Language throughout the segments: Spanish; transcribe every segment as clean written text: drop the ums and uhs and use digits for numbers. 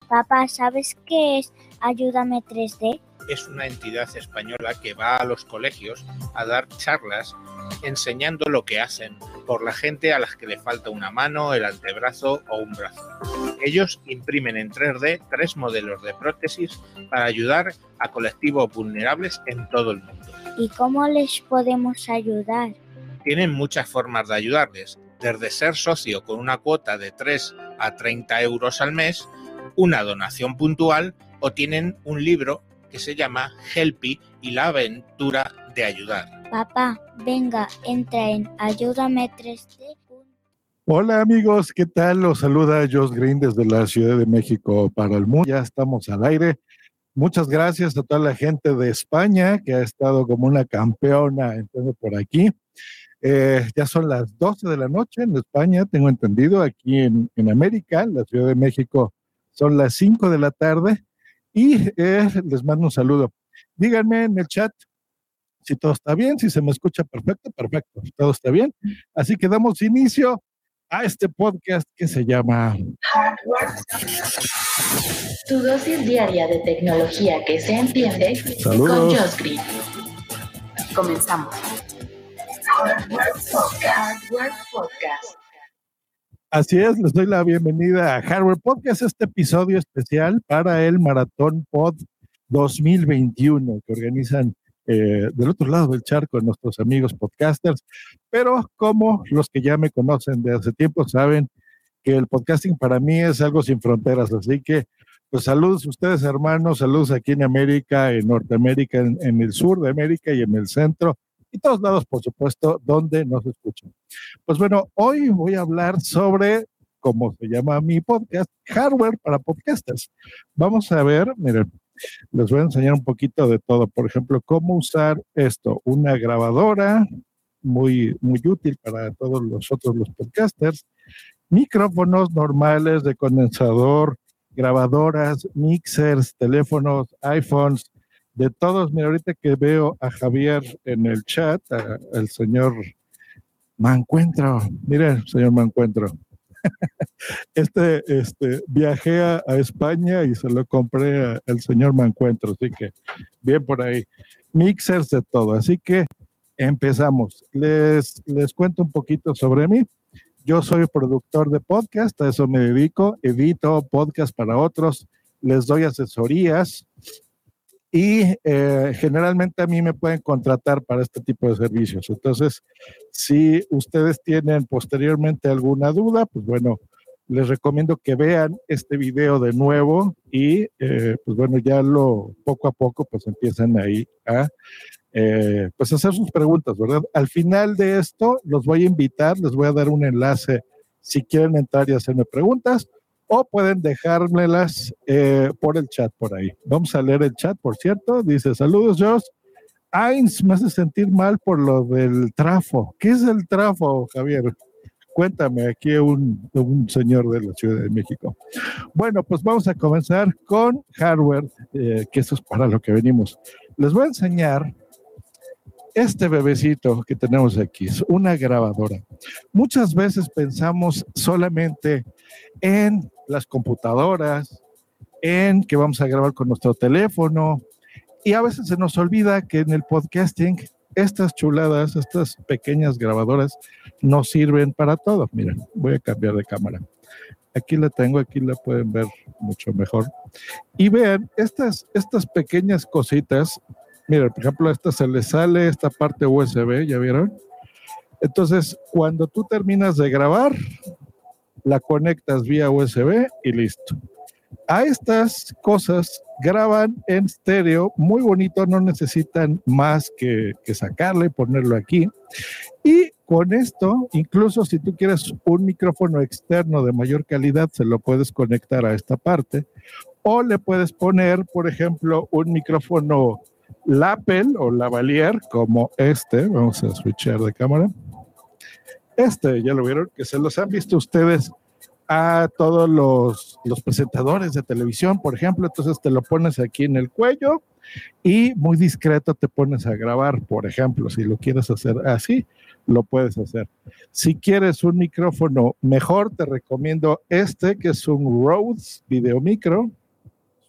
Papá, ¿sabes qué es Ayúdame 3D? Es una entidad española que va a los colegios a dar charlas enseñando lo que hacen por la gente a las que le falta una mano, el antebrazo o un brazo. Ellos imprimen en 3D 3 modelos de prótesis para ayudar a colectivos vulnerables en todo el mundo. ¿Y cómo les podemos ayudar? Tienen muchas formas de ayudarles, desde ser socio con una cuota de 3 a 30 euros al mes, una donación puntual o tienen un libro que se llama Helpy y la aventura de ayudar. Papá, venga, entra en Ayúdame 3D. Hola amigos, ¿qué tal? Los saluda Josh Green desde la Ciudad de México para el mundo. Ya estamos al aire. Muchas gracias a toda la gente de España que ha estado como una campeona entonces por aquí. Ya son las 12 de la noche en España, tengo entendido. Aquí en América, en la Ciudad de México, son las 5 de la tarde. Y les mando un saludo. Díganme en el chat si todo está bien, si se me escucha perfecto, todo está bien. Así que damos inicio a este podcast que se llama Hardware. Tu dosis diaria de tecnología que se entiende. Saludos. Con Josh Green. Comenzamos. Hardware Podcast. Así es, les doy la bienvenida a Hardware Podcast, este episodio especial para el Maratón Pod 2021 que organizan del otro lado del charco nuestros amigos podcasters, pero como los que ya me conocen de hace tiempo saben que el podcasting para mí es algo sin fronteras, así que pues saludos a ustedes hermanos, saludos aquí en América, en Norteamérica, en el sur de América y en el centro, y todos lados, por supuesto, donde nos escuchan. Pues bueno, hoy voy a hablar sobre, como se llama mi podcast, hardware para podcasters. Vamos a ver, miren, les voy a enseñar un poquito de todo. Por ejemplo, cómo usar esto, una grabadora, muy útil para todos los podcasters, micrófonos normales de condensador, grabadoras, mixers, teléfonos, iPhones, de todos. Mira, ahorita que veo a Javier en el chat, al señor Mancuentro, mire, señor Mancuentro, viajé a España y se lo compré al señor Mancuentro, así que bien por ahí, mixers de todo, así que empezamos. Les cuento un poquito sobre mí. Yo soy productor de podcast, a eso me dedico, edito podcast para otros, les doy asesorías y generalmente a mí me pueden contratar para este tipo de servicios. Entonces, si ustedes tienen posteriormente alguna duda, pues bueno, les recomiendo que vean este video de nuevo y pues bueno, ya poco a poco pues empiezan ahí a pues hacer sus preguntas, ¿verdad? Al final de esto los voy a invitar, les voy a dar un enlace si quieren entrar y hacerme preguntas, o pueden dejármelas por el chat por ahí. Vamos a leer el chat, por cierto. Dice, saludos, Josh. Ains, me hace sentir mal por lo del trafo. ¿Qué es el trafo, Javier? Cuéntame, aquí un señor de la Ciudad de México. Bueno, pues vamos a comenzar con hardware, que eso es para lo que venimos. Les voy a enseñar este bebecito que tenemos aquí. Es una grabadora. Muchas veces pensamos solamente en las computadoras, en que vamos a grabar con nuestro teléfono, y a veces se nos olvida que en el podcasting estas chuladas, estas pequeñas grabadoras nos sirven para todo. Miren, voy a cambiar de cámara. Aquí la tengo, aquí la pueden ver mucho mejor. Y vean, estas pequeñas cositas, miren, por ejemplo, a esta se le sale esta parte USB, ¿ya vieron? Entonces, cuando tú terminas de grabar, la conectas vía USB y listo. A estas cosas graban en estéreo, muy bonito, no necesitan más que sacarle y ponerlo aquí. Y con esto, incluso si tú quieres un micrófono externo de mayor calidad, se lo puedes conectar a esta parte. O le puedes poner, por ejemplo, un micrófono lapel o lavalier como este. Vamos a switchar de cámara. Ya lo vieron, que se los han visto ustedes a todos los presentadores de televisión, por ejemplo. Entonces te lo pones aquí en el cuello y muy discreto te pones a grabar, por ejemplo. Si lo quieres hacer así, lo puedes hacer. Si quieres un micrófono mejor, te recomiendo que es un Rhodes Video Micro.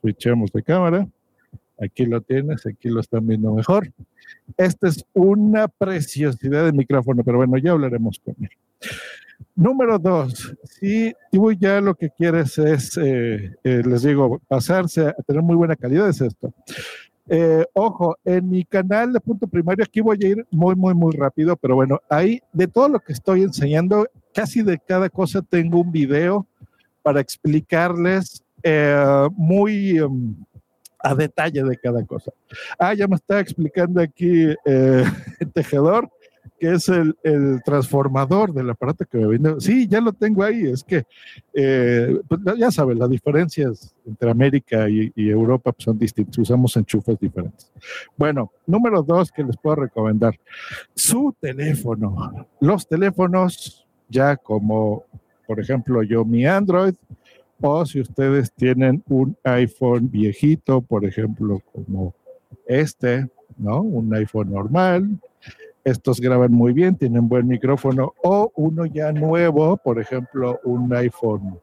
switchemos de cámara. Aquí lo tienes, aquí lo están viendo mejor. Esta es una preciosidad de micrófono, pero bueno, ya hablaremos con él. Número 2, si tú ya lo que quieres es, les digo, pasarse a tener muy buena calidad, es esto. Ojo, en mi canal de Punto Primario, aquí voy a ir muy rápido, pero bueno, ahí de todo lo que estoy enseñando, casi de cada cosa tengo un video para explicarles muy a detalle de cada cosa. Ya me está explicando aquí el tejedor, que es el transformador del aparato que me vino. Sí, ya lo tengo ahí. Es que, pues ya saben, las diferencias entre América y Europa pues, son distintas. Usamos enchufes diferentes. Bueno, número 2 que les puedo recomendar. Su teléfono. Los teléfonos, ya como, por ejemplo, yo mi Android, o si ustedes tienen un iPhone viejito, por ejemplo, como este, ¿no? Un iPhone normal. Estos graban muy bien, tienen buen micrófono, o uno ya nuevo, por ejemplo, un iPhone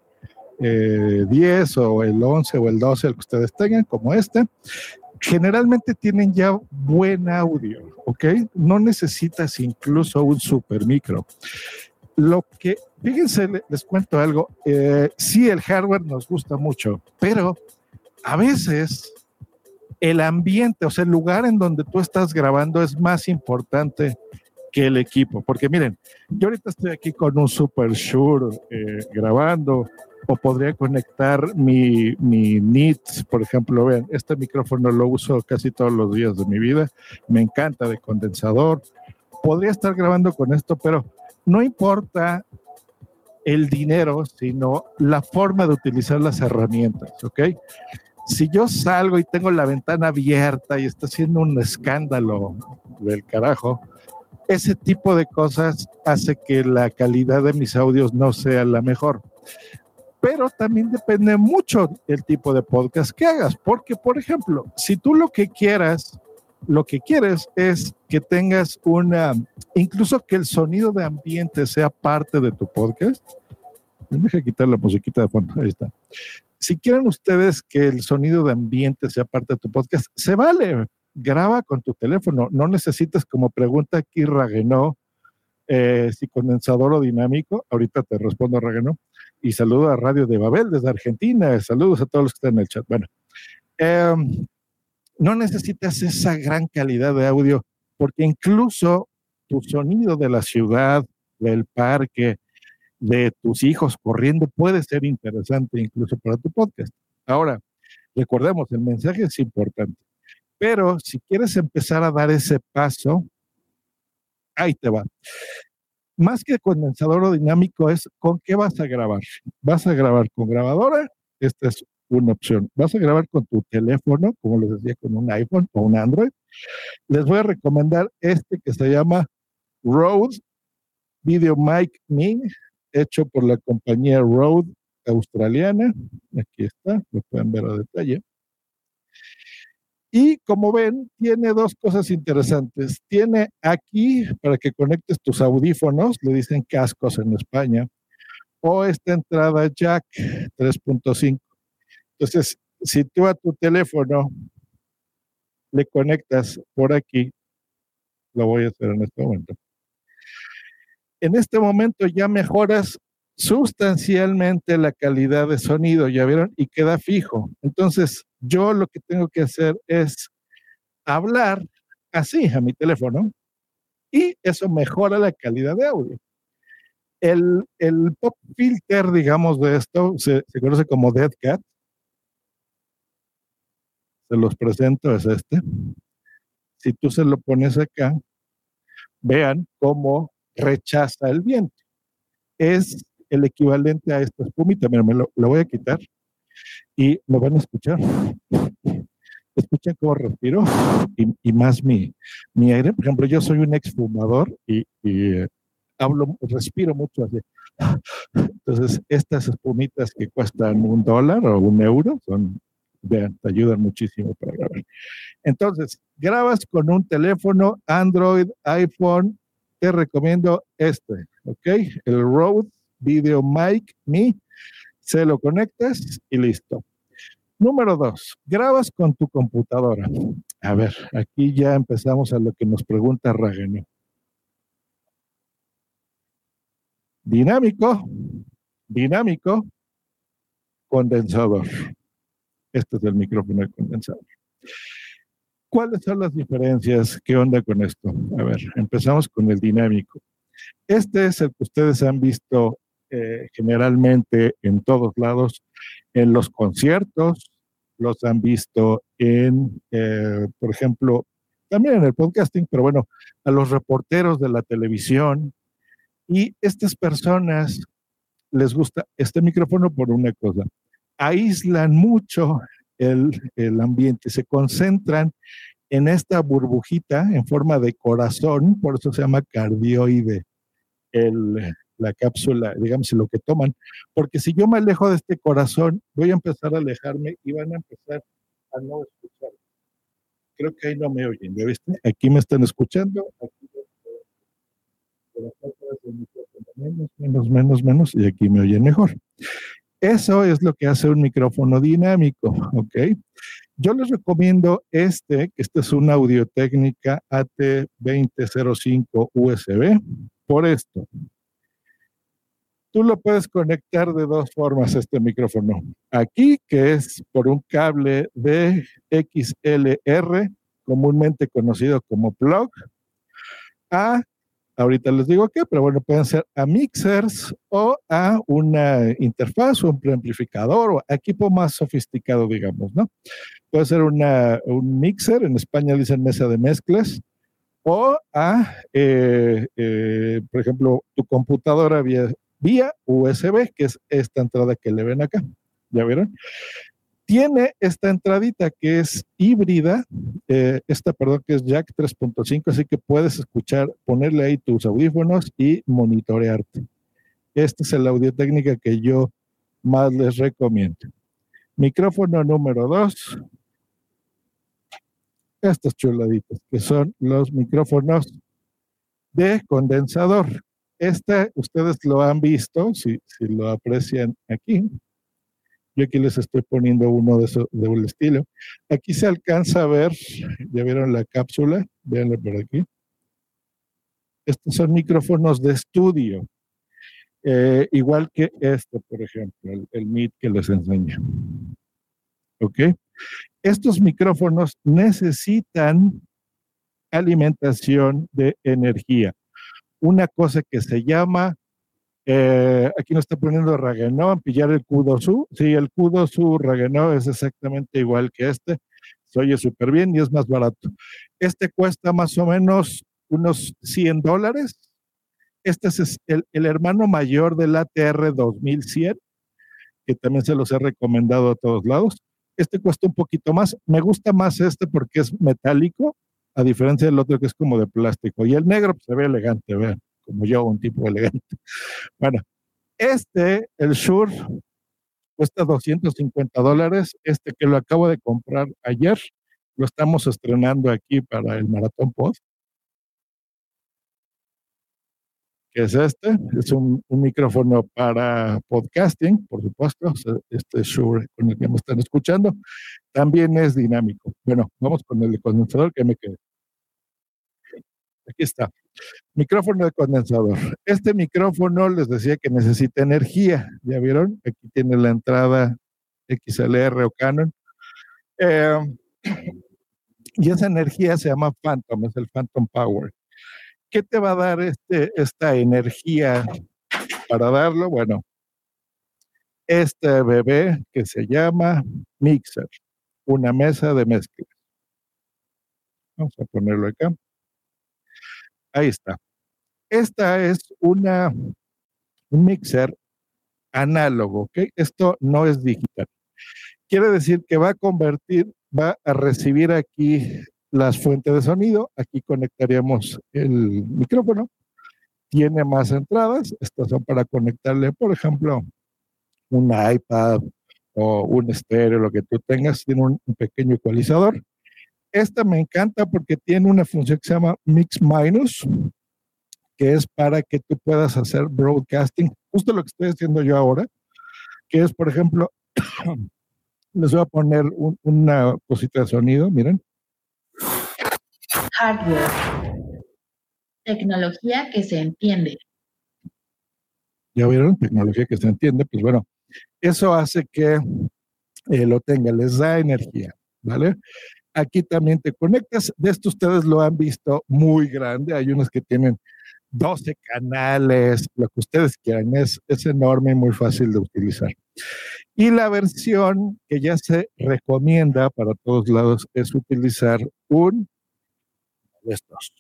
10 o el 11 o el 12, el que ustedes tengan, como este, generalmente tienen ya buen audio, ¿ok? No necesitas incluso un super micro. Lo que, fíjense, les cuento algo, sí, el hardware nos gusta mucho, pero a veces el ambiente, o sea, el lugar en donde tú estás grabando es más importante que el equipo. Porque miren, yo ahorita estoy aquí con un Super Shure grabando, o podría conectar mi NIT, por ejemplo. Vean, este micrófono lo uso casi todos los días de mi vida, me encanta, de condensador. Podría estar grabando con esto, pero no importa el dinero, sino la forma de utilizar las herramientas, ¿ok? Si yo salgo y tengo la ventana abierta y está haciendo un escándalo del carajo, ese tipo de cosas hace que la calidad de mis audios no sea la mejor. Pero también depende mucho el tipo de podcast que hagas, porque, por ejemplo, si tú lo que quieres es que tengas incluso que el sonido de ambiente sea parte de tu podcast. Deja quitar la musiquita de fondo, ahí está. Si quieren ustedes que el sonido de ambiente sea parte de tu podcast, se vale, graba con tu teléfono, no necesitas, como pregunta aquí Raguenó, si condensador o dinámico. Ahorita te respondo, Raguenó, y saludo a Radio de Babel desde Argentina, saludos a todos los que están en el chat. Bueno, no necesitas esa gran calidad de audio, porque incluso tu sonido de la ciudad, del parque, de tus hijos corriendo puede ser interesante incluso para tu podcast. Ahora, recordemos, el mensaje es importante, pero si quieres empezar a dar ese paso, ahí te va. Más que condensador o dinámico es con qué vas a grabar. ¿Vas a grabar con grabadora? Esta es una opción. ¿Vas a grabar con tu teléfono, como les decía, con un iPhone o un Android? Les voy a recomendar este que se llama Rode VideoMic Me, hecho por la compañía Rode australiana. Aquí está, lo pueden ver a detalle. Y como ven, tiene dos cosas interesantes. Tiene aquí para que conectes tus audífonos, le dicen cascos en España, o esta entrada jack 3.5. Entonces, si tú a tu teléfono le conectas por aquí, lo voy a hacer en este momento. En este momento ya mejoras sustancialmente la calidad de sonido, ¿ya vieron? Y queda fijo. Entonces, yo lo que tengo que hacer es hablar así a mi teléfono y eso mejora la calidad de audio. El pop filter, digamos, de esto se conoce como Dead Cat. Se los presento, es este. Si tú se lo pones acá, vean cómo rechaza el viento. Es el equivalente a esta espumita. Mira, lo voy a quitar y lo van a escuchar. Escuchen cómo respiro y más mi aire. Por ejemplo, yo soy un exfumador y respiro mucho así. Entonces, estas espumitas que cuestan $1 o €1 vean, te ayudan muchísimo para grabar. Entonces, grabas con un teléfono, Android, iPhone, te recomiendo este, ¿ok? El Rode VideoMic Me, se lo conectas y listo. Número 2, grabas con tu computadora. A ver, aquí ya empezamos a lo que nos pregunta Rageno. Dinámico, condensador. Este es el micrófono de condensador. ¿Cuáles son las diferencias? ¿Qué onda con esto? A ver, empezamos con el dinámico. Este es el que ustedes han visto generalmente en todos lados, en los conciertos, los han visto en, por ejemplo, también en el podcasting, pero bueno, a los reporteros de la televisión. Y estas personas les gusta este micrófono por una cosa. Aíslan mucho el ambiente, se concentran en esta burbujita en forma de corazón, por eso se llama cardioide, la cápsula, digamos, lo que toman, porque si yo me alejo de este corazón, voy a empezar a alejarme y van a empezar a no escuchar. Creo que ahí no me oyen, ¿ya viste? Aquí me están escuchando, aquí menos, y aquí me oyen mejor. Eso es lo que hace un micrófono dinámico, ¿ok? Yo les recomiendo que esta es una Audio-Técnica AT2005 USB, por esto. Tú lo puedes conectar de dos formas este micrófono. Aquí, que es por un cable de XLR, comúnmente conocido como plug, ahorita les digo qué, pero bueno, pueden ser a mixers o a una interfaz o un preamplificador o equipo más sofisticado, digamos, ¿no? Puede ser un mixer, en España dicen mesa de mezclas, o por ejemplo, tu computadora vía USB, que es esta entrada que le ven acá. ¿Ya vieron? Tiene esta entradita que es híbrida, que es Jack 3.5, así que puedes escuchar, ponerle ahí tus audífonos y monitorearte. Esta es la Audio-Técnica que yo más les recomiendo. Micrófono número 2. Estos chuladitos, que son los micrófonos de condensador. Ustedes lo han visto, si lo aprecian aquí. Yo aquí les estoy poniendo uno de un estilo. Aquí se alcanza a ver, ya vieron la cápsula, véanlo por aquí. Estos son micrófonos de estudio, igual que por ejemplo, el Meet que les enseño. ¿Ok? Estos micrófonos necesitan alimentación de energía. Una cosa que se llama, aquí nos está poniendo Rageno, pillar el Q2U. Sí, el Q2U Rageno es exactamente igual que se oye súper bien y es más barato. Cuesta más o menos unos $100. Este es el hermano mayor del ATR 2100, que también se los he recomendado a todos lados. Cuesta un poquito más. Me gusta más porque es metálico, a diferencia del otro que es como de plástico. Y el negro pues, se ve elegante, vean, como yo, un tipo elegante. Bueno, el Shure, cuesta $250. Que lo acabo de comprar ayer, lo estamos estrenando aquí para el Maratón Post. Que es es un micrófono para podcasting, por supuesto, Shure con el que me están escuchando, también es dinámico. Bueno, vamos con el de condensador que me quedé. Aquí está, micrófono de condensador. Micrófono les decía que necesita energía, ¿ya vieron? Aquí tiene la entrada XLR o Canon. Y esa energía se llama Phantom, es el Phantom Power. ¿Qué te va a dar esta energía para darlo? Bueno, bebé que se llama mixer, una mesa de mezclas. Vamos a ponerlo acá. Ahí está. Esta es un mixer análogo, ¿ok? Esto no es digital. Quiere decir que va a recibir aquí las fuentes de sonido. Aquí conectaríamos el micrófono. Tiene más entradas. Estas son para conectarle, por ejemplo, un iPad o un estéreo, lo que tú tengas. Tiene un pequeño ecualizador. Me encanta porque tiene una función que se llama Mix Minus, que es para que tú puedas hacer broadcasting, justo lo que estoy haciendo yo ahora, que es, por ejemplo, Les voy a poner una cosita de sonido, miren. Hardware. Tecnología que se entiende. ¿Ya vieron? Tecnología que se entiende. Pues bueno, eso hace que lo tenga, les da energía, ¿vale? Aquí también te conectas. De esto ustedes lo han visto muy grande. Hay unos que tienen 12 canales, lo que ustedes quieran. Es enorme y muy fácil de utilizar. Y la versión que ya se recomienda para todos lados es utilizar un de estos,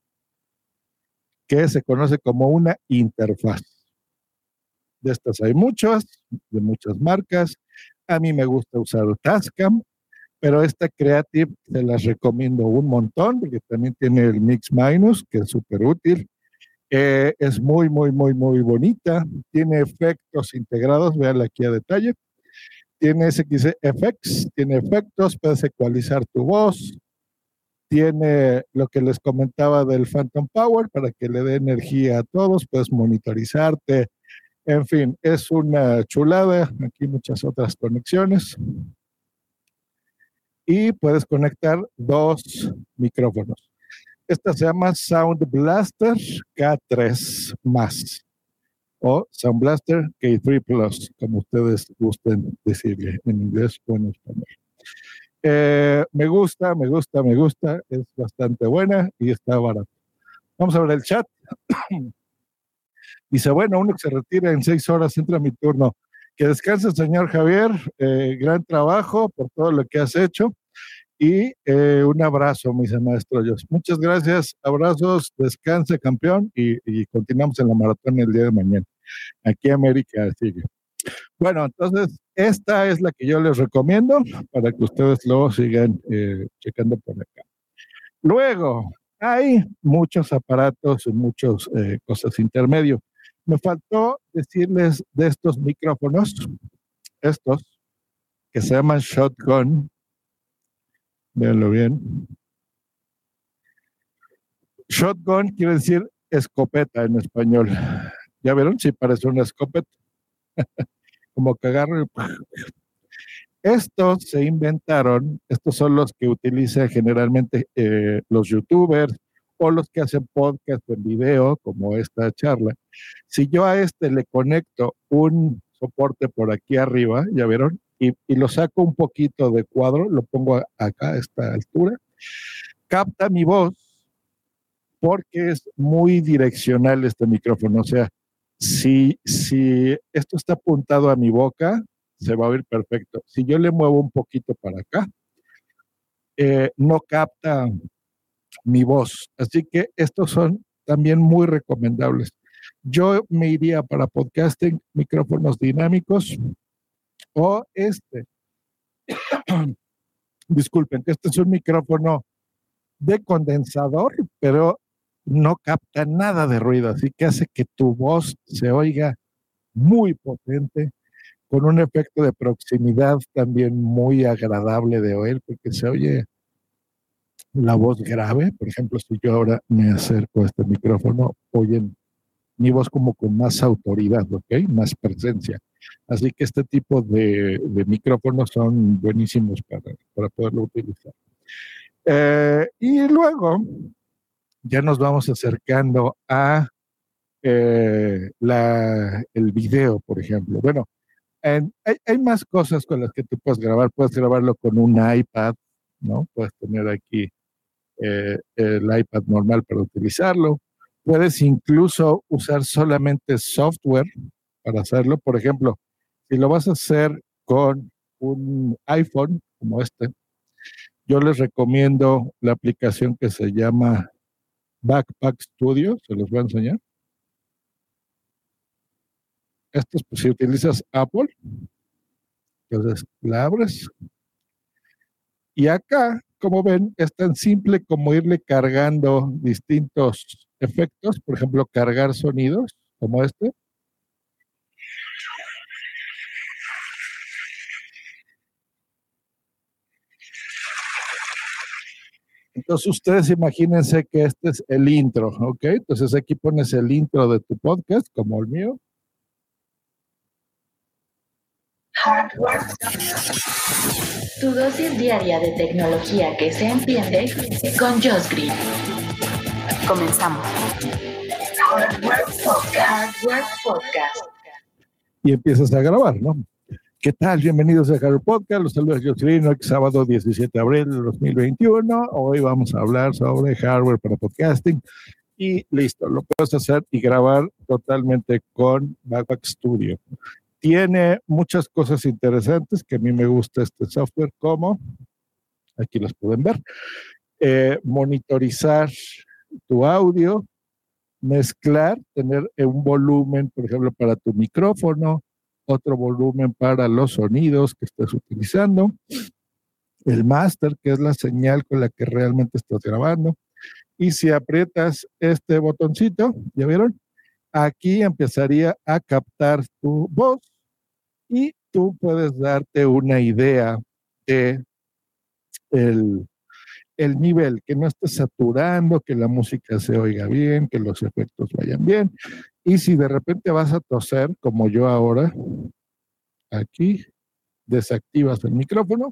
que se conoce como una interfaz. De estas hay muchas, de muchas marcas. A mí me gusta usar Tascam, pero esta Creative se las recomiendo un montón, porque también tiene el Mix Minus, que es súper útil. Es muy, muy, muy, muy bonita. Tiene efectos integrados, véanla aquí a detalle. Tiene SXFX, tiene efectos, puedes ecualizar tu voz. Tiene lo que les comentaba del Phantom Power para que le dé energía a todos, puedes monitorizarte. En fin, es una chulada. Aquí muchas otras conexiones. Y puedes conectar 2 micrófonos. Esta se llama Sound Blaster K3 más o Sound Blaster K3 Plus, como ustedes gusten decirle en inglés o en español. Me gusta, es bastante buena y está barata. Vamos a ver el chat. Dice, bueno, uno que se retira en 6 horas, entra mi turno. Que descanse, señor Javier. Gran trabajo por todo lo que has hecho. Y un abrazo, mis maestros. Muchas gracias, abrazos, descanse, campeón, y continuamos en la maratón el día de mañana. Aquí América sigue. Bueno, entonces, esta es la que yo les recomiendo para que ustedes luego sigan checando por acá. Luego, hay muchos aparatos y muchas cosas intermedios. Me faltó decirles de estos micrófonos, estos, que se llaman Shotgun. Véanlo bien. Shotgun quiere decir escopeta en español. ¿Ya vieron? Sí, parece una escopeta. Como que agarro y... Estos se inventaron, estos son los que utilizan generalmente los youtubers o los que hacen podcast en video, como esta charla. Si yo a este le conecto un soporte por aquí arriba, ¿ya vieron? Y lo saco un poquito de cuadro, lo pongo acá a esta altura, capta mi voz porque es muy direccional este micrófono. O sea, si esto está apuntado a mi boca, se va a oír perfecto. Si yo le muevo un poquito para acá, no capta mi voz. Así que estos son también muy recomendables. Yo me iría para podcasting, micrófonos dinámicos o disculpen, que este es un micrófono de condensador, pero no capta nada de ruido, así que hace que tu voz se oiga muy potente, con un efecto de proximidad también muy agradable de oír, porque se oye la voz grave. Por ejemplo, si yo ahora me acerco a este micrófono, oyen mi voz como con más autoridad, ¿ok? Más presencia. Así que este tipo de micrófonos son buenísimos para poderlo utilizar. Y luego ya nos vamos acercando a el video, por ejemplo. Bueno, hay más cosas con las que tú puedes grabar. Puedes grabarlo con un iPad, ¿no? Puedes tener aquí el iPad normal para utilizarlo. Puedes incluso usar solamente software para hacerlo. Por ejemplo, si lo vas a hacer con un iPhone como este, yo les recomiendo la aplicación que se llama Backpack Studio. Se los voy a enseñar. Esto es, pues, si utilizas Apple, entonces la abres. Y acá, como ven, es tan simple como irle cargando distintos efectos. Por ejemplo, cargar sonidos como este. Entonces ustedes imagínense que este es el intro, ¿ok? Entonces aquí pones el intro de tu podcast, como el mío. Hardware. Tu dosis diaria de tecnología que se entiende con Josh Green. Comenzamos. Hardware Podcast. Y empiezas a grabar, ¿no? ¿Qué tal? Bienvenidos a Hardware Podcast. Los saludos de Josh Green. Hoy sábado 17 de abril de 2021. Hoy vamos a hablar sobre hardware para podcasting. Y listo, lo puedes hacer y grabar totalmente con Backpack Studio. Tiene muchas cosas interesantes que a mí me gusta este software, como, aquí los pueden ver, monitorizar tu audio, mezclar, tener un volumen, por ejemplo, para tu micrófono, otro volumen para los sonidos que estés utilizando, el master, que es la señal con la que realmente estás grabando. Y si aprietas este botoncito, ¿ya vieron? Aquí empezaría a captar tu voz y tú puedes darte una idea de el nivel, que no estés saturando, que la música se oiga bien, que los efectos vayan bien. Y si de repente vas a toser, como yo ahora, aquí desactivas el micrófono,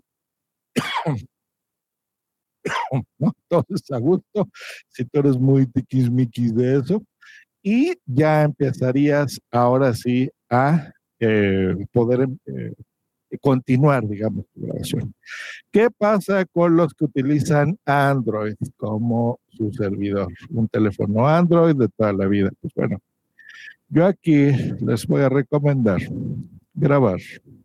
¿no? Entonces, a gusto, si tú eres muy tiquismiquis de eso, y ya empezarías ahora sí a poder continuar, digamos, tu grabación. ¿Qué pasa con los que utilizan Android como su servidor? Un teléfono Android de toda la vida. Pues bueno, yo aquí les voy a recomendar grabar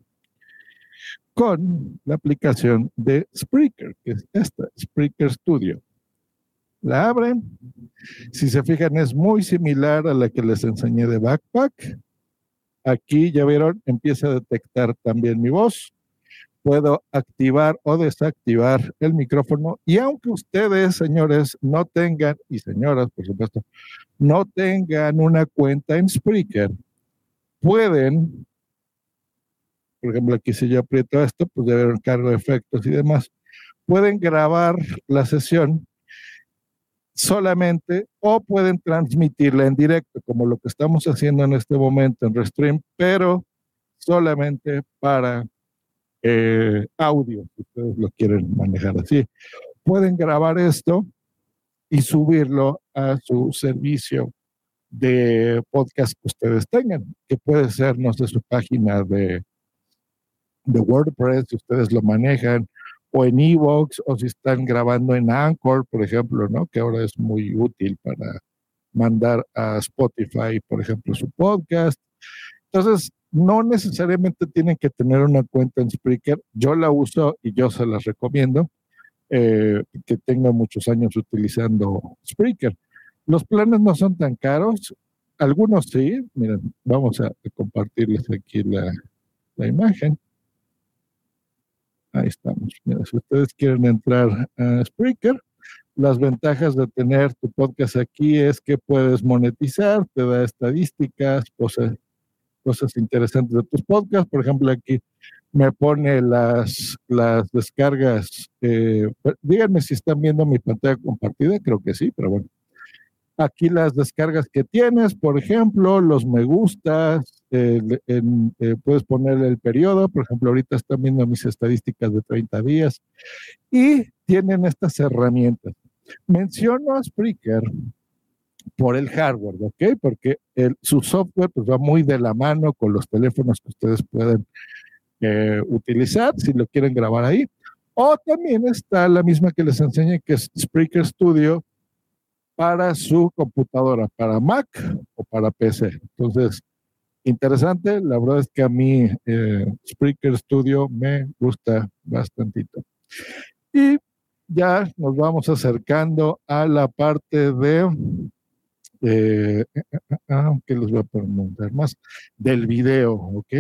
con la aplicación de Spreaker, que es esta, Spreaker Studio. La abren. Si se fijan, es muy similar a la que les enseñé de Backpack. Aquí, ya vieron, empieza a detectar también mi voz. Puedo activar o desactivar el micrófono. Y aunque ustedes, señores, no tengan, y señoras, por supuesto, no tengan una cuenta en Spreaker, pueden, por ejemplo, aquí si yo aprieto esto, pues ya vieron, cargo de efectos y demás, pueden grabar la sesión solamente o pueden transmitirla en directo, como lo que estamos haciendo en este momento en Restream, pero solamente para audio, si ustedes lo quieren manejar así. Pueden grabar esto y subirlo a su servicio de podcast que ustedes tengan, que puede ser, no sé, su página de WordPress, si ustedes lo manejan, o en Evox, o si están grabando en Anchor, por ejemplo, ¿no? Que ahora es muy útil para mandar a Spotify, por ejemplo, su podcast. Entonces, no necesariamente tienen que tener una cuenta en Spreaker. Yo la uso y yo se las recomiendo, que tengo muchos años utilizando Spreaker. Los planes no son tan caros, algunos sí. Miren, vamos a compartirles aquí la imagen. Ahí estamos. Mira, si ustedes quieren entrar a Spreaker, las ventajas de tener tu podcast aquí es que puedes monetizar, te da estadísticas, cosas interesantes de tus podcasts. Por ejemplo, aquí me pone las descargas. Díganme si están viendo mi pantalla compartida, creo que sí, pero bueno. Aquí las descargas que tienes, por ejemplo, los me gustas, puedes poner el periodo, por ejemplo, ahorita están viendo mis estadísticas de 30 días y tienen estas herramientas. Menciono a Spreaker por el hardware, ¿ok? Porque su software pues, va muy de la mano con los teléfonos que ustedes pueden utilizar si lo quieren grabar ahí. O también está la misma que les enseñé, que es Spreaker Studio, para su computadora, para Mac o para PC. Entonces, interesante. La verdad es que a mí Spreaker Studio me gusta bastantito. Y ya nos vamos acercando a la parte que les voy a preguntar más, del video, ¿ok?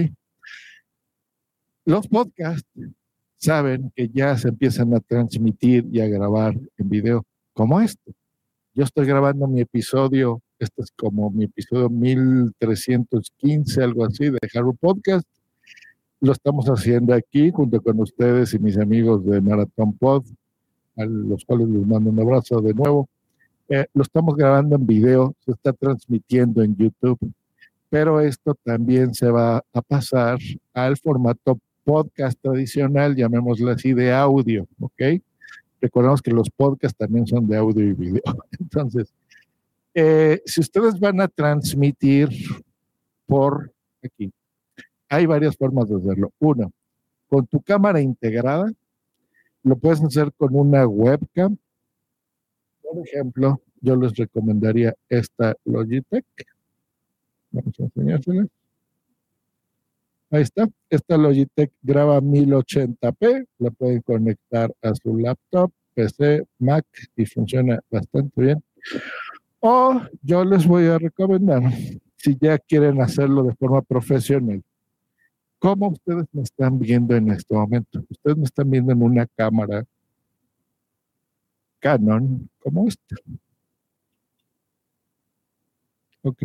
Los podcasts saben que ya se empiezan a transmitir y a grabar en video como este. Yo estoy grabando mi episodio, este es como mi episodio 1315, algo así, de Hardware Podcast. Lo estamos haciendo aquí junto con ustedes y mis amigos de Marathon Pod, a los cuales les mando un abrazo de nuevo. Lo estamos grabando en video, se está transmitiendo en YouTube. pero esto también se va a pasar al formato podcast tradicional, llamémoslo así, de audio, ¿ok? Recordemos que los podcasts también son de audio y video. Entonces, si ustedes van a transmitir por aquí, hay varias formas de hacerlo. Uno, con tu cámara integrada, lo puedes hacer con una webcam. Por ejemplo, yo les recomendaría esta Logitech. Vamos a enseñársela. Ahí está. Esta Logitech graba 1080p. La pueden conectar a su laptop, PC, Mac y funciona bastante bien. O yo les voy a recomendar, si ya quieren hacerlo de forma profesional, como ustedes me están viendo en este momento. Ustedes me están viendo en una cámara Canon como esta. Ok.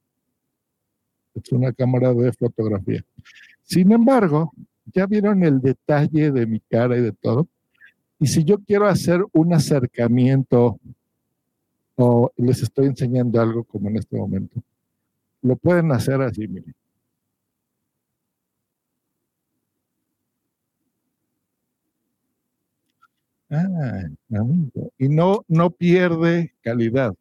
Es una cámara de fotografía. Sin embargo, ya vieron el detalle de mi cara y de todo. Y si yo quiero hacer un acercamiento o les estoy enseñando algo como en este momento, lo pueden hacer así, miren. Ah, amigo. Y no pierde calidad.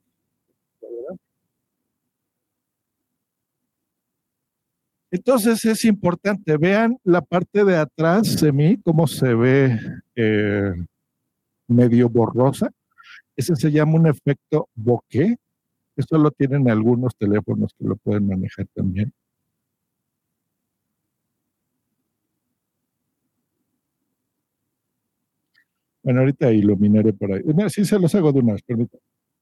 Entonces es importante, vean la parte de atrás de mí, cómo se ve medio borrosa. Ese se llama un efecto bokeh. Eso lo tienen algunos teléfonos que lo pueden manejar también. Bueno, ahorita iluminaré por ahí. No, sí se los hago de una vez, permítanme.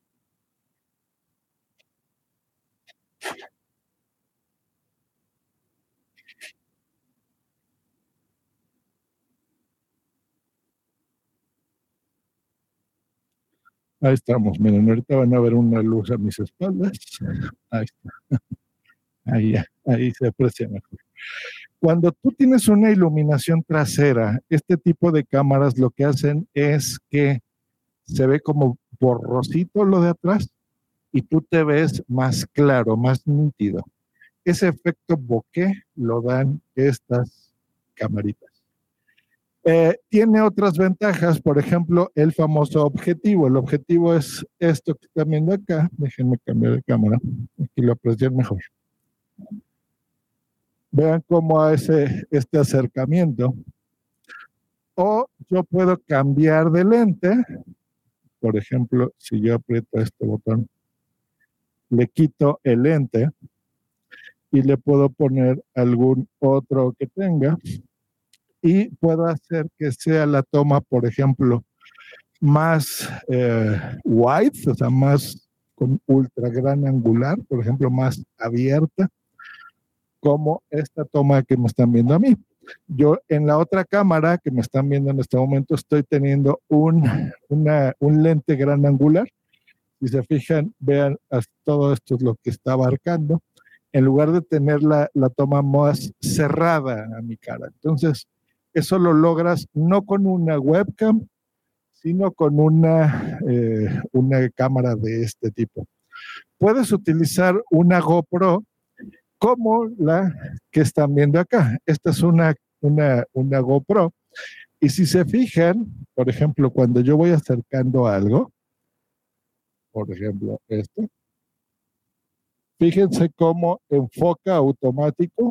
Ahí estamos, miren, ahorita van a ver una luz a mis espaldas. Ahí está. Ahí ya, ahí se aprecia mejor. Cuando tú tienes una iluminación trasera, este tipo de cámaras lo que hacen es que se ve como borrosito lo de atrás y tú te ves más claro, más nítido. Ese efecto bokeh lo dan estas camaritas. Tiene otras ventajas, por ejemplo, el famoso objetivo. El objetivo es esto que están viendo acá. Déjenme cambiar de cámara, aquí lo aprecian mejor. Vean cómo hace este acercamiento. O yo puedo cambiar de lente. Por ejemplo, si yo aprieto este botón, le quito el lente y le puedo poner algún otro que tenga y puedo hacer que sea la toma, por ejemplo, más wide, o sea, más con ultra gran angular, por ejemplo, más abierta, como esta toma que me están viendo a mí. Yo en la otra cámara que me están viendo en este momento estoy teniendo un lente gran angular. Si se fijan, vean, todo esto es lo que está abarcando, en lugar de tener la toma más cerrada a mi cara. Entonces, eso lo logras no con una webcam, sino con una cámara de este tipo. Puedes utilizar una GoPro como la que están viendo acá. Esta es una GoPro. Y si se fijan, por ejemplo, cuando yo voy acercando algo, por ejemplo, esto, fíjense cómo enfoca automático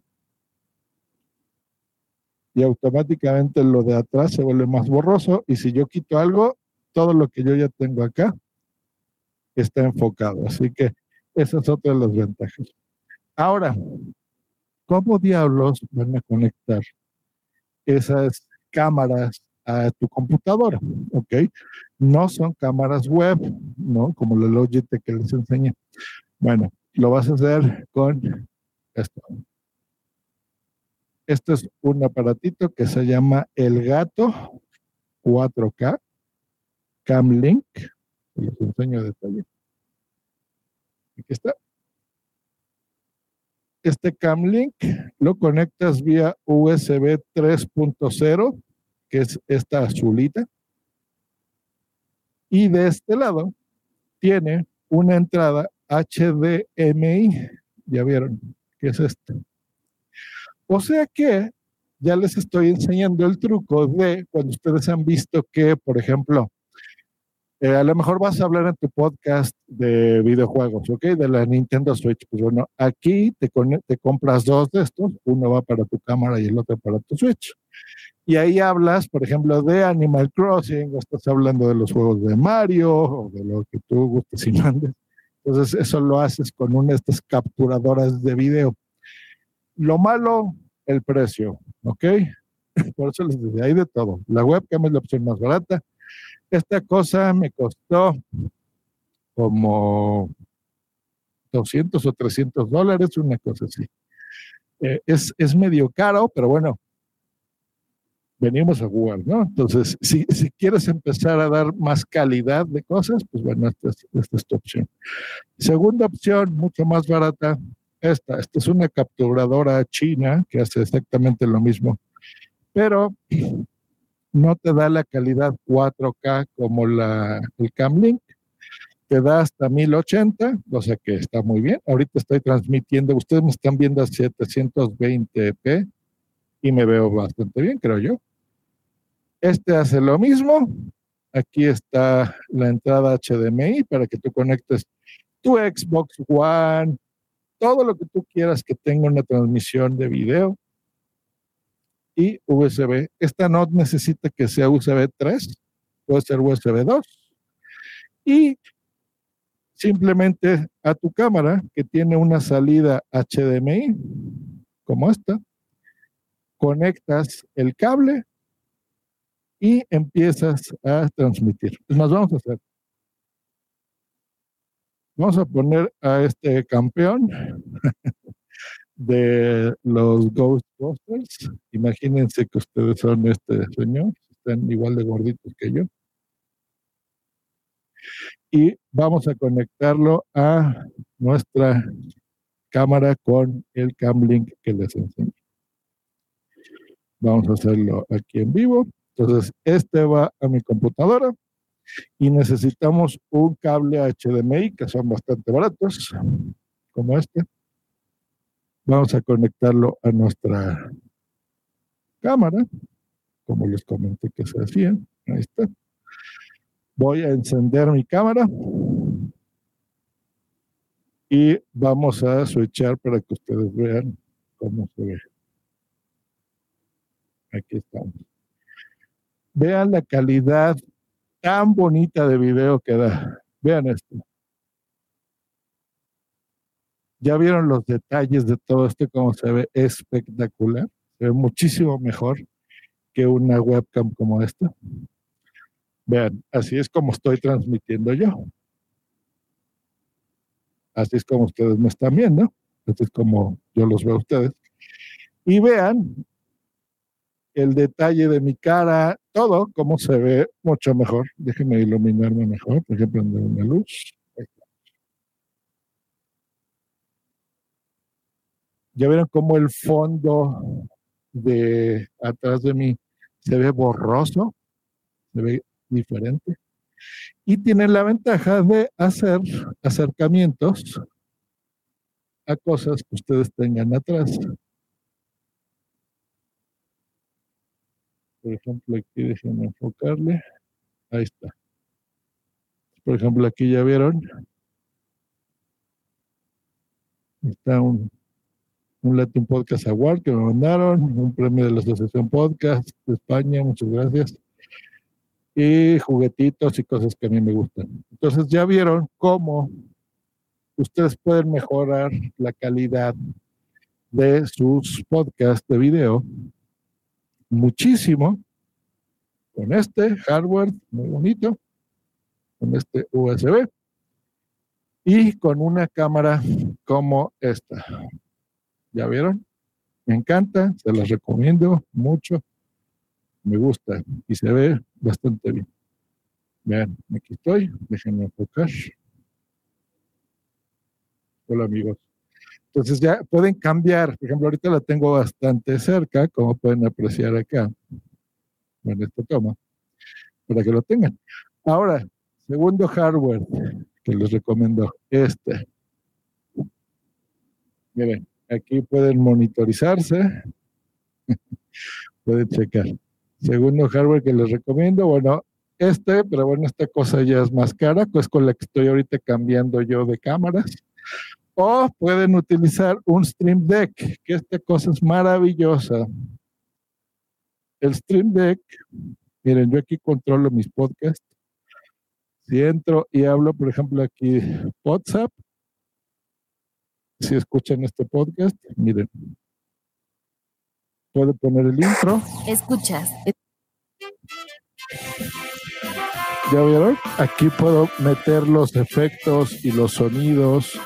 y automáticamente lo de atrás se vuelve más borroso y si yo quito algo, todo lo que yo ya tengo acá está enfocado. Así que esa es otra de las ventajas. Ahora, ¿cómo diablos van a conectar esas cámaras a tu computadora? ¿Ok? No son cámaras web, ¿no? Como la Logitech que les enseñé. Bueno, lo vas a hacer con esto. Este es un aparatito que se llama Elgato 4K Cam Link. Les enseño detalle. Aquí está. Este Cam Link lo conectas vía USB 3.0, que es esta azulita. Y de este lado tiene una entrada HDMI ya vieron qué es esto. O sea que ya les estoy enseñando el truco de cuando ustedes han visto que, por ejemplo, a lo mejor vas a hablar en tu podcast de videojuegos, ¿ok? De la Nintendo Switch. Pues bueno, aquí te compras dos de estos, uno va para tu cámara y el otro para tu Switch. Y ahí hablas, por ejemplo, de Animal Crossing, o estás hablando de los juegos de Mario, o de lo que tú gustes y mandes. Entonces, eso lo haces con una de estas capturadoras de video. Lo malo, el precio, ¿ok? Por eso les decía, hay de todo. La webcam es la opción más barata. Esta cosa me costó como 200 o $300, una cosa así. Es medio caro, pero bueno, venimos a jugar, ¿no? Entonces, si quieres empezar a dar más calidad de cosas, pues bueno, esta es tu opción. Segunda opción, mucho más barata, esta es una capturadora china que hace exactamente lo mismo, pero no te da la calidad 4K como el Camlink, te da hasta 1080, o sea que está muy bien. Ahorita estoy transmitiendo, ustedes me están viendo a 720p y me veo bastante bien, creo yo. Este hace lo mismo. Aquí está la entrada HDMI para que tú conectes tu Xbox One, todo lo que tú quieras que tenga una transmisión de video. Y USB. Esta no necesita que sea USB 3, puede ser USB 2. Y simplemente a tu cámara, que tiene una salida HDMI, como esta, conectas el cable y empiezas a transmitir. Es más, vamos a hacer. Vamos a poner a este campeón de los Ghostbusters. Imagínense que ustedes son este señor, están igual de gorditos que yo. Y vamos a conectarlo a nuestra cámara con el Camlink que les enseñé. Vamos a hacerlo aquí en vivo. Entonces, este va a mi computadora y necesitamos un cable HDMI que son bastante baratos, como este. Vamos a conectarlo a nuestra cámara, como les comenté que se hacía. Ahí está. Voy a encender mi cámara y vamos a switchar para que ustedes vean cómo se ve. Aquí estamos. Vean la calidad tan bonita de video que da. Vean esto. Ya vieron los detalles de todo esto, cómo se ve espectacular. Se ve muchísimo mejor que una webcam como esta. Vean, así es como estoy transmitiendo yo. Así es como ustedes me están viendo. Así es como yo los veo a ustedes. Y vean el detalle de mi cara, todo cómo se ve mucho mejor. Déjenme iluminarme mejor. Por ejemplo, prender una luz. Ya vieron cómo el fondo de atrás de mí se ve borroso, se ve diferente. Y tiene la ventaja de hacer acercamientos a cosas que ustedes tengan atrás. Por ejemplo, aquí déjenme enfocarle. Ahí está. Por ejemplo, aquí ya vieron. Está un Latin Podcast Award que me mandaron, un premio de la Asociación Podcast de España, muchas gracias. Y juguetitos y cosas que a mí me gustan. Entonces ya vieron cómo ustedes pueden mejorar la calidad de sus podcasts de video muchísimo con este hardware muy bonito, con este USB y con una cámara como esta. ¿Ya vieron? Me encanta, se las recomiendo mucho, me gusta y se ve bastante bien. Vean, aquí estoy, déjenme enfocar. Hola amigos. Entonces ya pueden cambiar, por ejemplo, ahorita la tengo bastante cerca, como pueden apreciar acá, en esta toma, para que lo tengan. Ahora, segundo hardware que les recomiendo, este. Miren, aquí pueden monitorizarse, pueden checar. Segundo hardware que les recomiendo, bueno, pero bueno, esta cosa ya es más cara, pues con la que estoy ahorita cambiando yo de cámaras. O pueden utilizar un Stream Deck, que esta cosa es maravillosa. El Stream Deck, miren, yo aquí controlo mis podcasts. Si entro y hablo, por ejemplo, aquí WhatsApp, si escuchan este podcast, miren, puedo poner el intro. Escuchas. ¿Ya vieron? Aquí puedo meter los efectos y los sonidos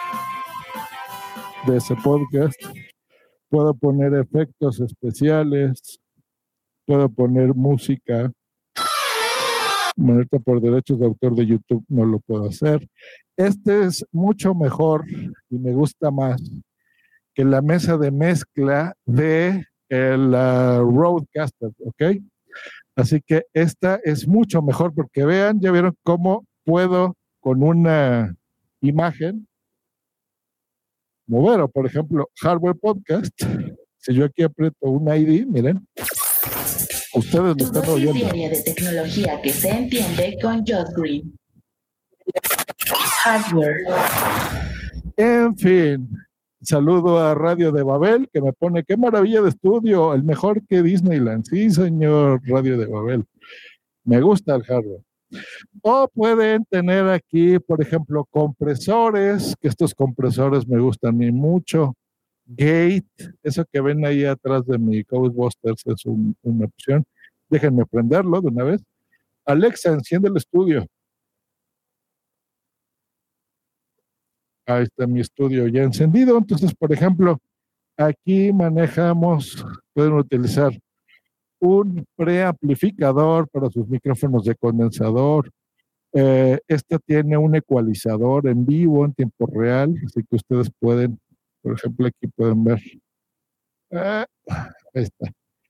de ese podcast. Puedo poner efectos especiales. Puedo poner música. Bueno, ahorita por derechos de autor de YouTube no lo puedo hacer. Este es mucho mejor y me gusta más que la mesa de mezcla de el Rodecaster, ¿ok? Así que esta es mucho mejor porque vean, ya vieron cómo puedo con una imagen mover, o por ejemplo, Hardware Podcast. Si yo aquí aprieto un ID, miren, ustedes lo están oyendo. Diaria de tecnología que se entiende con Josh Green. Hardware. En fin, saludo a Radio de Babel, que me pone, qué maravilla de estudio, el mejor que Disneyland. Sí, señor Radio de Babel, me gusta el hardware. O pueden tener aquí, por ejemplo, compresores, que estos compresores me gustan a mí mucho. Gate, eso que ven ahí atrás de mi Ghostbusters es una opción. Déjenme prenderlo de una vez. Alexa, enciende el estudio. Ahí está mi estudio ya encendido. Entonces, por ejemplo, aquí manejamos, pueden utilizar un preamplificador para sus micrófonos de condensador. Este tiene un ecualizador en vivo, en tiempo real, así que ustedes pueden, por ejemplo, aquí pueden ver. Ahí está.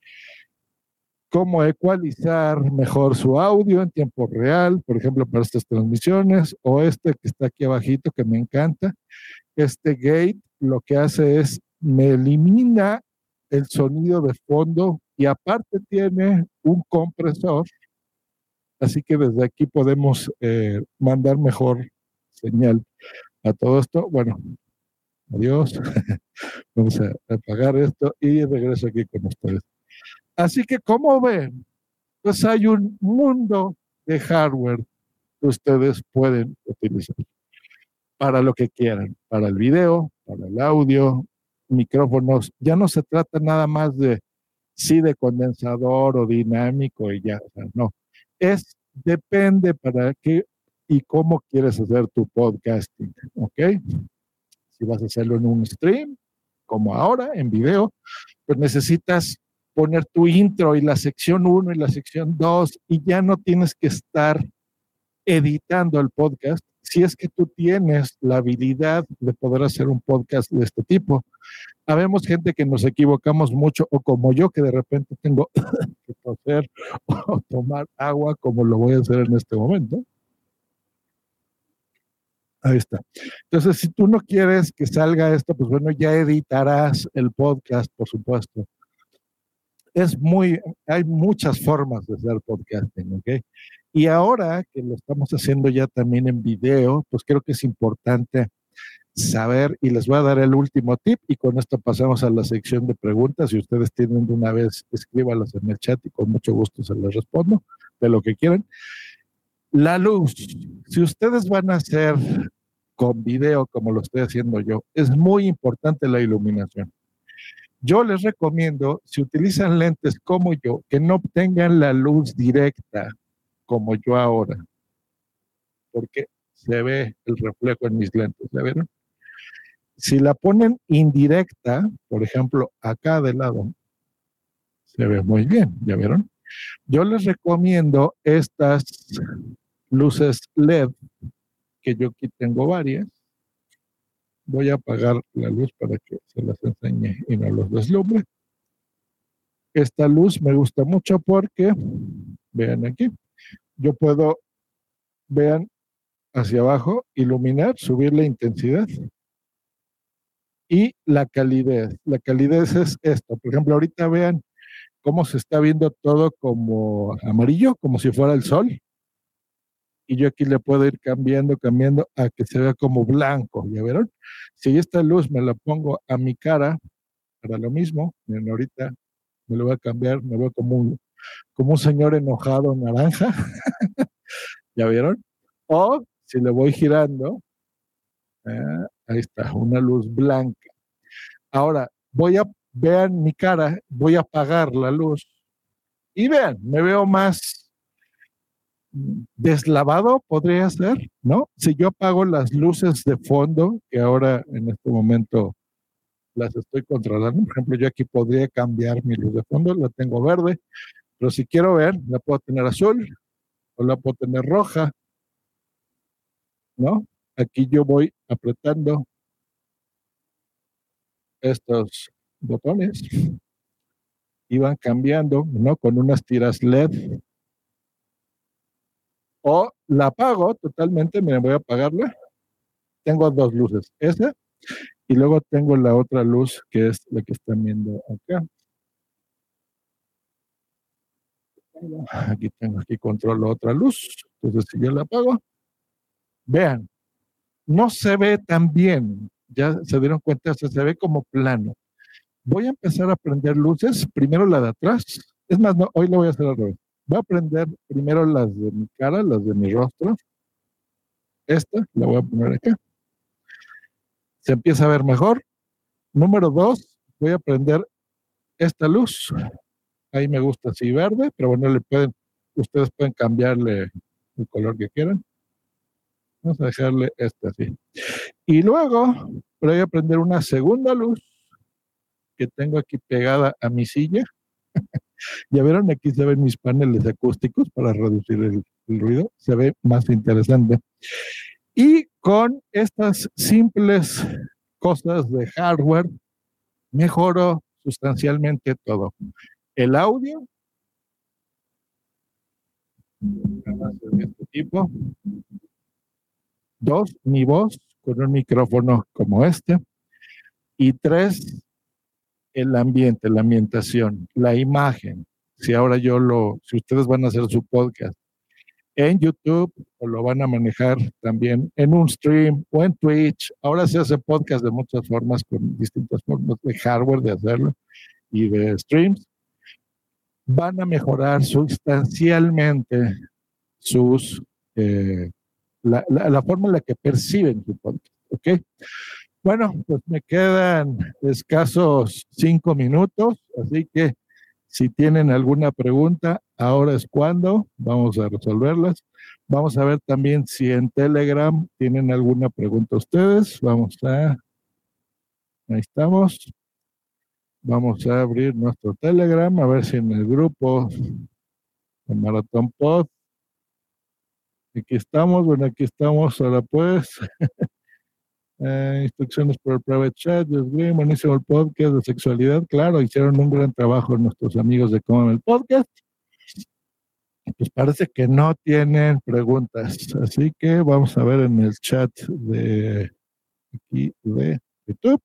Cómo ecualizar mejor su audio en tiempo real, por ejemplo, para estas transmisiones, o este que está aquí abajito, que me encanta. Este gate lo que hace es, me elimina el sonido de fondo y aparte tiene un compresor, así que desde aquí podemos mandar mejor señal a todo esto. Bueno, adiós. Vamos a apagar esto y regreso aquí con ustedes. Así que, como ven, pues hay un mundo de hardware que ustedes pueden utilizar para lo que quieran, para el video, para el audio, micrófonos. Ya no se trata nada más de de condensador o dinámico y ya, o sea, no. Depende para qué y cómo quieres hacer tu podcasting, ¿ok? Si vas a hacerlo en un stream, como ahora, en video, pues necesitas poner tu intro y la sección 1 y la sección 2 y ya no tienes que estar editando el podcast si es que tú tienes la habilidad de poder hacer un podcast de este tipo. Habemos gente que nos equivocamos mucho, o como yo, que de repente tengo que toser o tomar agua, como lo voy a hacer en este momento. Ahí está. Entonces, si tú no quieres que salga esto, pues bueno, ya editarás el podcast, por supuesto. Hay muchas formas de hacer podcasting, ¿ok? Y ahora que lo estamos haciendo ya también en video, pues creo que es importante saber, y les voy a dar el último tip, y con esto pasamos a la sección de preguntas. Si ustedes tienen de una vez, escríbalas en el chat y con mucho gusto se les respondo de lo que quieran. La luz, si ustedes van a hacer con video como lo estoy haciendo yo, es muy importante la iluminación. Yo les recomiendo, si utilizan lentes como yo, que no obtengan la luz directa como yo ahora, porque se ve el reflejo en mis lentes, ¿ya vieron? Si la ponen indirecta, por ejemplo, acá de lado, se ve muy bien, ¿ya vieron? Yo les recomiendo estas luces LED, que yo aquí tengo varias. Voy a apagar la luz para que se las enseñe y no los deslumbre. Esta luz me gusta mucho porque, vean aquí, yo puedo, vean hacia abajo, iluminar, subir la intensidad y la calidez. La calidez es esto. Por ejemplo, ahorita vean cómo se está viendo todo como amarillo, como si fuera el sol. Y yo aquí le puedo ir cambiando a que se vea como blanco. ¿Ya vieron? Si esta luz me la pongo a mi cara, para lo mismo, miren, ahorita me lo voy a cambiar, me veo como un señor enojado naranja. ¿Ya vieron? O si le voy girando, ahí está, una luz blanca. Ahora, vean mi cara, voy a apagar la luz y vean, me veo más deslavado, podría ser, ¿no? Si yo apago las luces de fondo, que ahora en este momento las estoy controlando, por ejemplo, yo aquí podría cambiar mi luz de fondo, la tengo verde, pero si quiero ver, la puedo tener azul o la puedo tener roja, ¿no? Aquí yo voy apretando estos botones y van cambiando, ¿no? Con unas tiras LED. O la apago totalmente, miren, voy a apagarla. Tengo dos luces, esa y luego tengo la otra luz que es la que están viendo acá. Aquí controlo otra luz. Entonces, si yo la apago, vean, no se ve tan bien. Ya se dieron cuenta, se ve como plano. Voy a empezar a prender luces, primero la de atrás. Es más, no, hoy lo voy a hacer al revés. Voy a prender primero las de mi cara, las de mi rostro. Esta la voy a poner acá. Se empieza a ver mejor. Número 2, voy a prender esta luz. Ahí me gusta así verde, pero bueno, ustedes pueden cambiarle el color que quieran. Vamos a dejarle este así. Y luego voy a prender una segunda luz que tengo aquí pegada a mi silla. Ya vieron, aquí se ven mis paneles acústicos para reducir el ruido. Se ve más interesante. Y con estas simples cosas de hardware, mejoro sustancialmente todo. El audio, de este tipo. 2, mi voz con un micrófono como este. Y 3, el ambiente, la ambientación, la imagen. Si ustedes van a hacer su podcast en YouTube o lo van a manejar también en un stream o en Twitch. Ahora se hace podcast de muchas formas, con distintas formas de hardware de hacerlo y de streams. Van a mejorar sustancialmente la forma en la que perciben su podcast. ¿Ok? Bueno, pues me quedan escasos 5 minutos, así que si tienen alguna pregunta, ahora es cuando vamos a resolverlas. Vamos a ver también si en Telegram tienen alguna pregunta ustedes. Ahí estamos. Vamos a abrir nuestro Telegram, a ver si en el grupo de Maratón Pod. Aquí estamos, ahora pues. Instrucciones por el private chat, buenísimo el podcast de sexualidad, claro, hicieron un gran trabajo nuestros amigos de Cómeme el Podcast. Pues parece que no tienen preguntas, así que vamos a ver en el chat de aquí de YouTube.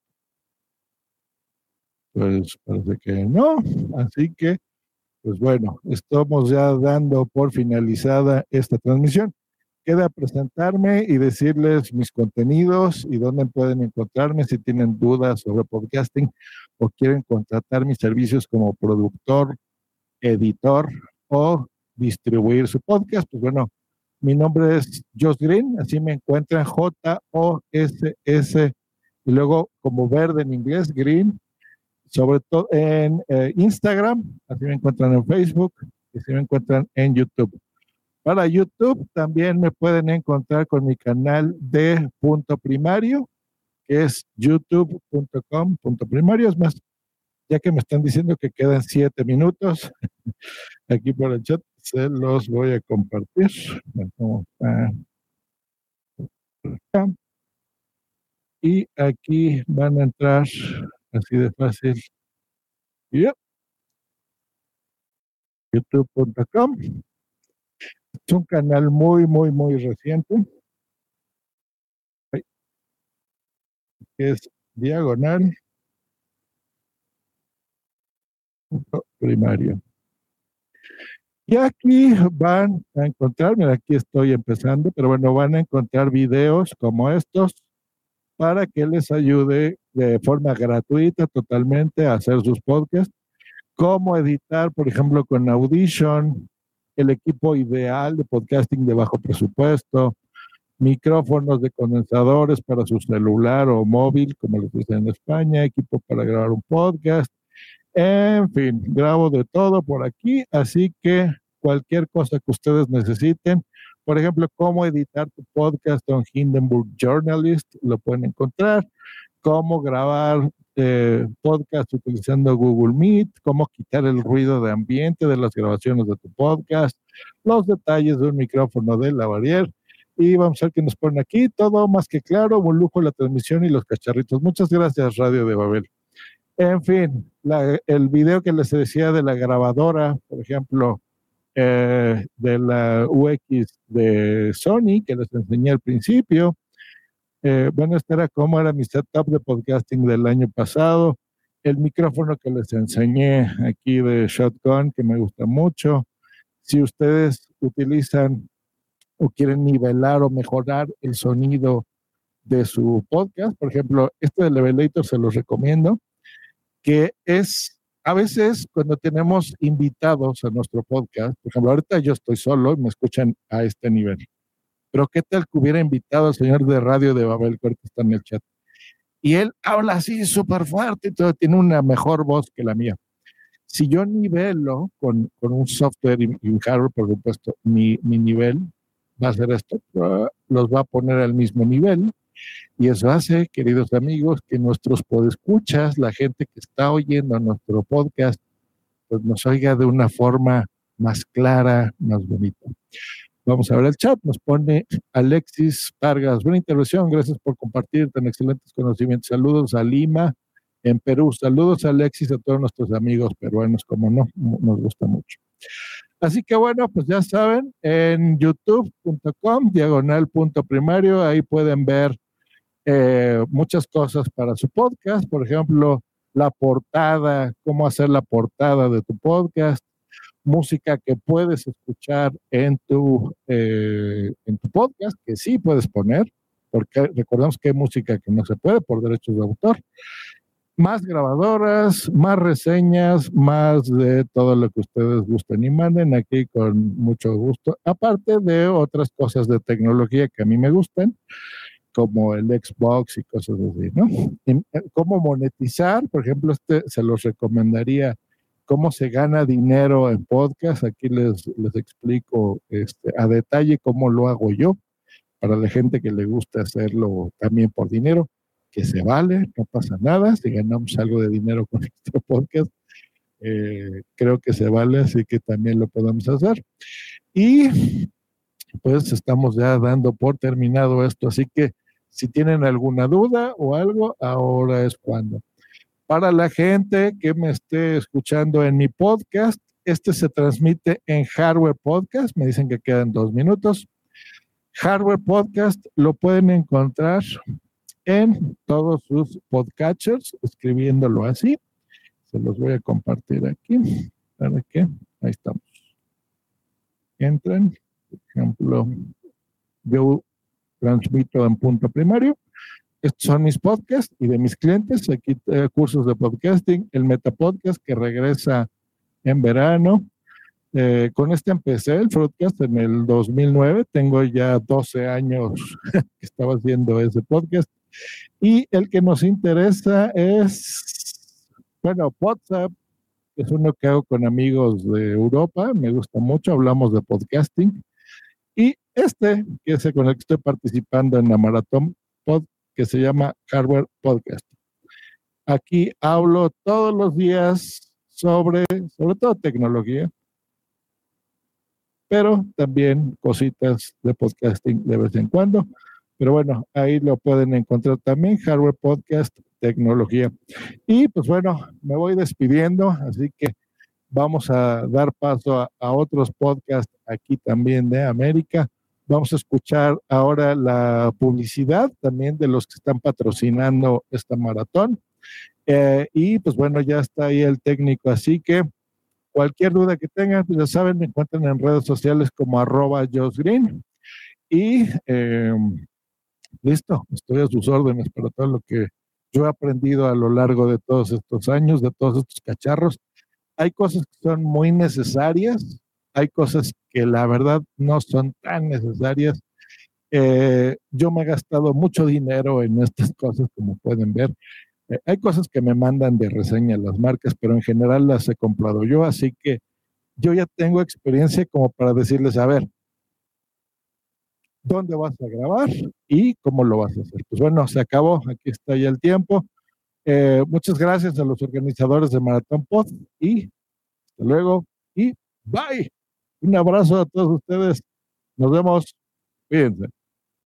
Pues parece que no, así que pues bueno, estamos ya dando por finalizada esta transmisión. Queda presentarme y decirles mis contenidos y dónde pueden encontrarme si tienen dudas sobre podcasting o quieren contratar mis servicios como productor, editor o distribuir su podcast. Pues bueno, mi nombre es Josh Green, así me encuentran, Joss, y luego como verde en inglés, Green, sobre todo en Instagram, así me encuentran en Facebook, y así me encuentran en YouTube. Para YouTube también me pueden encontrar con mi canal de Punto Primario, que es youtube.com/primario. Es más, ya que me están diciendo que quedan 7 minutos, aquí por el chat se los voy a compartir. Y aquí van a entrar así de fácil. youtube.com. Es un canal muy, muy, muy reciente, que es diagonal primario. Y aquí van a encontrar, mira, aquí estoy empezando, pero bueno, van a encontrar videos como estos para que les ayude de forma gratuita totalmente a hacer sus podcasts. Cómo editar, por ejemplo, con Audition, el equipo ideal de podcasting de bajo presupuesto, micrófonos de condensadores para su celular o móvil, como les dicen en España, equipo para grabar un podcast. En fin, grabo de todo por aquí, así que cualquier cosa que ustedes necesiten, por ejemplo, cómo editar tu podcast con Hindenburg Journalist, lo pueden encontrar, cómo grabar podcast utilizando Google Meet, cómo quitar el ruido de ambiente de las grabaciones de tu podcast, los detalles de un micrófono de lavalier. Y vamos a ver qué nos ponen aquí. Todo más que claro, un lujo la transmisión y los cacharritos. Muchas gracias, Radio de Babel. En fin, el video que les decía de la grabadora, por ejemplo, de la UX de Sony, que les enseñé al principio. Bueno, este era cómo era mi setup de podcasting del año pasado. El micrófono que les enseñé aquí de Shotgun, que me gusta mucho. Si ustedes utilizan o quieren nivelar o mejorar el sonido de su podcast, por ejemplo, este de Levelator se los recomiendo, que es a veces cuando tenemos invitados a nuestro podcast, por ejemplo, ahorita yo estoy solo y me escuchan a este nivel. Pero qué tal que hubiera invitado al señor de Radio de Babel, que ahorita está en el chat. Y él habla así súper fuerte y todo, tiene una mejor voz que la mía. Si yo nivelo con un software y un hardware, por supuesto, mi nivel va a ser esto, los va a poner al mismo nivel. Y eso hace, queridos amigos, que nuestros podescuchas, la gente que está oyendo nuestro podcast, pues nos oiga de una forma más clara, más bonita. Vamos a ver el chat, nos pone Alexis Vargas. Buena intervención, gracias por compartir tan excelentes conocimientos. Saludos a Lima, en Perú. Saludos a Alexis, a todos nuestros amigos peruanos, como no, nos gusta mucho. Así que bueno, pues ya saben, en youtube.com/primario, ahí pueden ver muchas cosas para su podcast, por ejemplo, la portada, cómo hacer la portada de tu podcast, música que puedes escuchar en tu podcast, que sí puedes poner, porque recordemos que hay música que no se puede por derechos de autor. Más grabadoras, más reseñas, más de todo lo que ustedes gusten y manden aquí con mucho gusto, aparte de otras cosas de tecnología que a mí me gustan, como el Xbox y cosas así, ¿no? Cómo monetizar, por ejemplo, se los recomendaría, cómo se gana dinero en podcast. Aquí les explico a detalle cómo lo hago yo, para la gente que le gusta hacerlo también por dinero, que se vale, no pasa nada, si ganamos algo de dinero con nuestro podcast, creo que se vale, así que también lo podemos hacer. Y pues estamos ya dando por terminado esto, así que si tienen alguna duda o algo, ahora es cuando. Para la gente que me esté escuchando en mi podcast, este se transmite en Hardware Podcast, me dicen que quedan 2 minutos. Hardware Podcast lo pueden encontrar en todos sus podcatchers, escribiéndolo así. Se los voy a compartir aquí, para que, ahí estamos. Entren, por ejemplo, yo transmito en Punto Primario. Estos son mis podcasts y de mis clientes. Aquí cursos de podcasting, el Metapodcast que regresa en verano. Con este empecé el podcast en el 2009. Tengo ya 12 años que estaba haciendo ese podcast. Y el que nos interesa es, bueno, WhatsApp, que es uno que hago con amigos de Europa. Me gusta mucho, hablamos de podcasting. Y que es el con el que estoy participando en la Maratón Pod, que se llama Hardware Podcast. Aquí hablo todos los días sobre todo tecnología, pero también cositas de podcasting de vez en cuando. Pero bueno, ahí lo pueden encontrar también, Hardware Podcast, tecnología. Y pues bueno, me voy despidiendo, así que vamos a dar paso a otros podcasts aquí también de América. Vamos a escuchar ahora la publicidad también de los que están patrocinando esta maratón. Y pues bueno, ya está ahí el técnico, así que cualquier duda que tengan, pues ya saben, me encuentran en redes sociales como @JoshGreen. Y listo, estoy a sus órdenes para todo lo que yo he aprendido a lo largo de todos estos años, de todos estos cacharros. Hay cosas que son muy necesarias, hay cosas que la verdad no son tan necesarias. Yo me he gastado mucho dinero en estas cosas, como pueden ver. Hay cosas que me mandan de reseña las marcas, pero en general las he comprado yo, así que yo ya tengo experiencia como para decirles, a ver, ¿dónde vas a grabar y cómo lo vas a hacer? Pues bueno, se acabó, aquí está ya el tiempo. Muchas gracias a los organizadores de Maratón Pod y hasta luego y bye. Un abrazo a todos ustedes. Nos vemos. Cuídense.